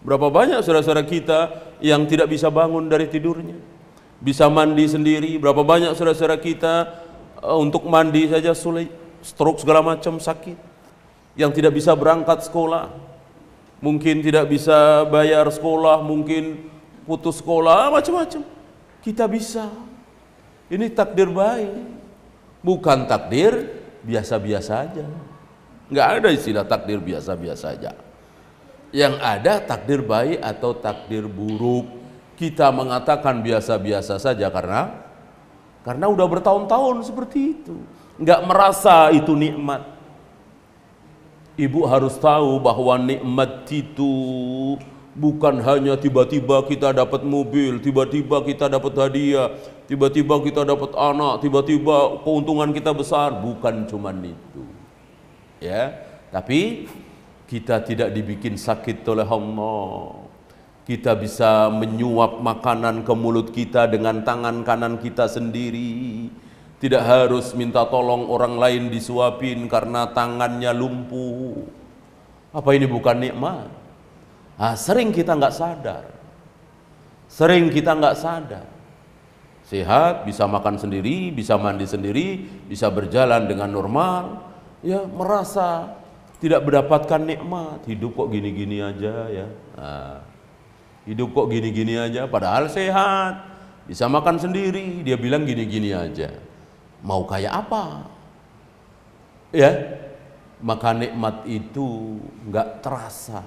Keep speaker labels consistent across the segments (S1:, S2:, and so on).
S1: Berapa banyak saudara-saudara kita yang tidak bisa bangun dari tidurnya, bisa mandi sendiri. Berapa banyak saudara-saudara kita untuk mandi saja sulit, stroke segala macam sakit, yang tidak bisa berangkat sekolah, mungkin tidak bisa bayar sekolah, mungkin putus sekolah, macam-macam. Kita bisa. Ini takdir baik, bukan takdir biasa-biasa aja. Nggak ada istilah takdir biasa-biasa aja. Yang ada takdir baik atau takdir buruk. Kita mengatakan biasa-biasa saja karena udah bertahun-tahun seperti itu. Nggak merasa itu nikmat. Ibu harus tahu bahwa nikmat itu bukan hanya tiba-tiba kita dapat mobil, tiba-tiba kita dapat hadiah, tiba-tiba kita dapat anak, tiba-tiba keuntungan kita besar. Bukan cuman itu. Ya, tapi kita tidak dibikin sakit oleh Allah. Kita bisa menyuap makanan ke mulut kita dengan tangan kanan kita sendiri. Tidak harus minta tolong orang lain disuapin karena tangannya lumpuh. Apa ini bukan nikmat? Sering kita nggak sadar. Sering kita nggak sadar. Sehat, bisa makan sendiri, bisa mandi sendiri, bisa berjalan dengan normal. Ya, merasa tidak mendapatkan nikmat. Hidup kok gini-gini aja ya. Hidup kok gini-gini aja, padahal sehat, bisa makan sendiri. Dia bilang gini-gini aja. Mau kayak apa? Ya, maka nikmat itu nggak terasa.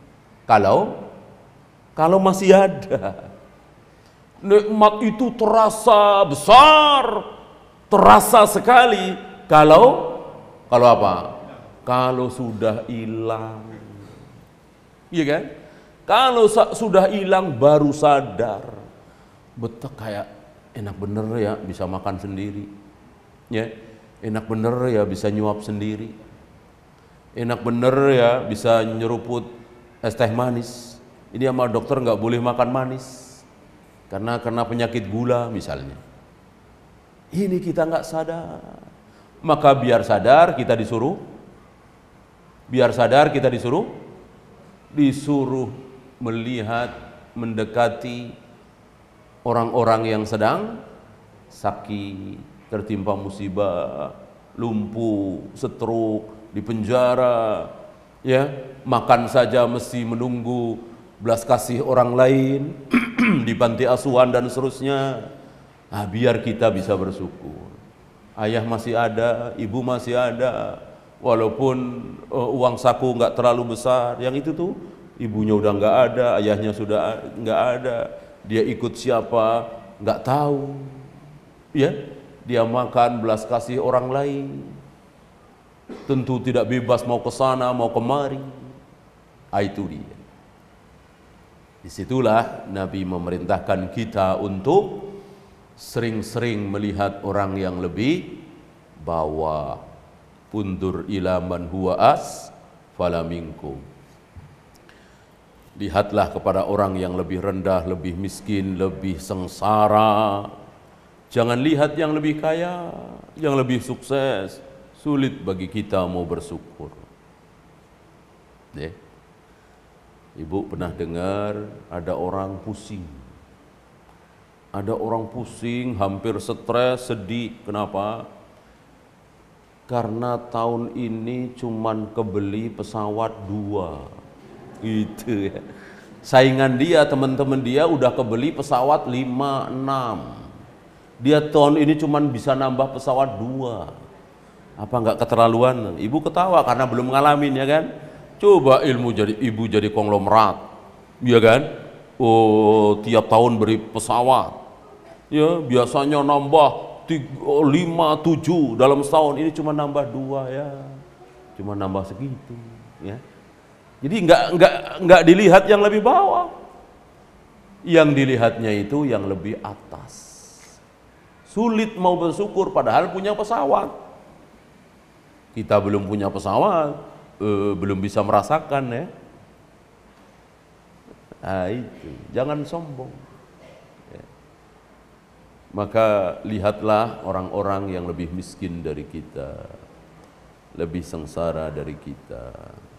S1: Kalau masih ada. Nikmat itu terasa besar, terasa sekali. Kalau apa? Kalau sudah hilang. Iya kan? Kalau sudah hilang baru sadar. Betul, kayak enak bener ya bisa makan sendiri. Ya, enak bener ya bisa nyuap sendiri. Enak bener ya bisa nyeruput es teh manis. Ini sama dokter nggak boleh makan manis karena penyakit gula misalnya. Ini kita nggak sadar. Maka biar sadar kita disuruh melihat, mendekati orang-orang yang sedang sakit, tertimpa musibah, lumpuh, stroke, di penjara, ya, makan saja mesti menunggu belas kasih orang lain di panti asuhan dan seterusnya. Biar kita bisa bersyukur. Ayah masih ada, ibu masih ada, walaupun uang saku nggak terlalu besar. Yang itu tuh ibunya udah nggak ada, ayahnya sudah nggak ada, dia ikut siapa nggak tahu, ya, dia makan belas kasih orang lain, tentu tidak bebas mau ke sana mau kemari. Itu dia. Disitulah Nabi memerintahkan kita untuk sering-sering melihat orang yang lebih bawah. Undur ila man huwa asfala minkum. Lihatlah kepada orang yang lebih rendah, lebih miskin, lebih sengsara. Jangan lihat yang lebih kaya, yang lebih sukses. Sulit bagi kita mau bersyukur. Ibu pernah dengar ada orang pusing. Ada orang pusing, hampir stres, sedih. Kenapa? Karena tahun ini cuman kebeli pesawat 2. Gitu ya. Saingan dia, teman-teman dia udah kebeli pesawat 5, 6. Dia tahun ini cuman bisa nambah pesawat 2. Apa enggak keterlaluan? Ibu ketawa karena belum ngalamin, ya kan? Coba ibu jadi konglomerat, ya kan? Tiap tahun beri pesawat. Ya, biasanya nambah 5, 7 dalam setahun, ini cuma nambah 2 ya. Cuma nambah segitu, ya. Jadi enggak dilihat yang lebih bawah. Yang dilihatnya itu yang lebih atas. Sulit mau bersyukur padahal punya pesawat. Kita belum punya pesawat, belum bisa merasakan, ya. Itu, jangan sombong. Ya. Maka lihatlah orang-orang yang lebih miskin dari kita, lebih sengsara dari kita.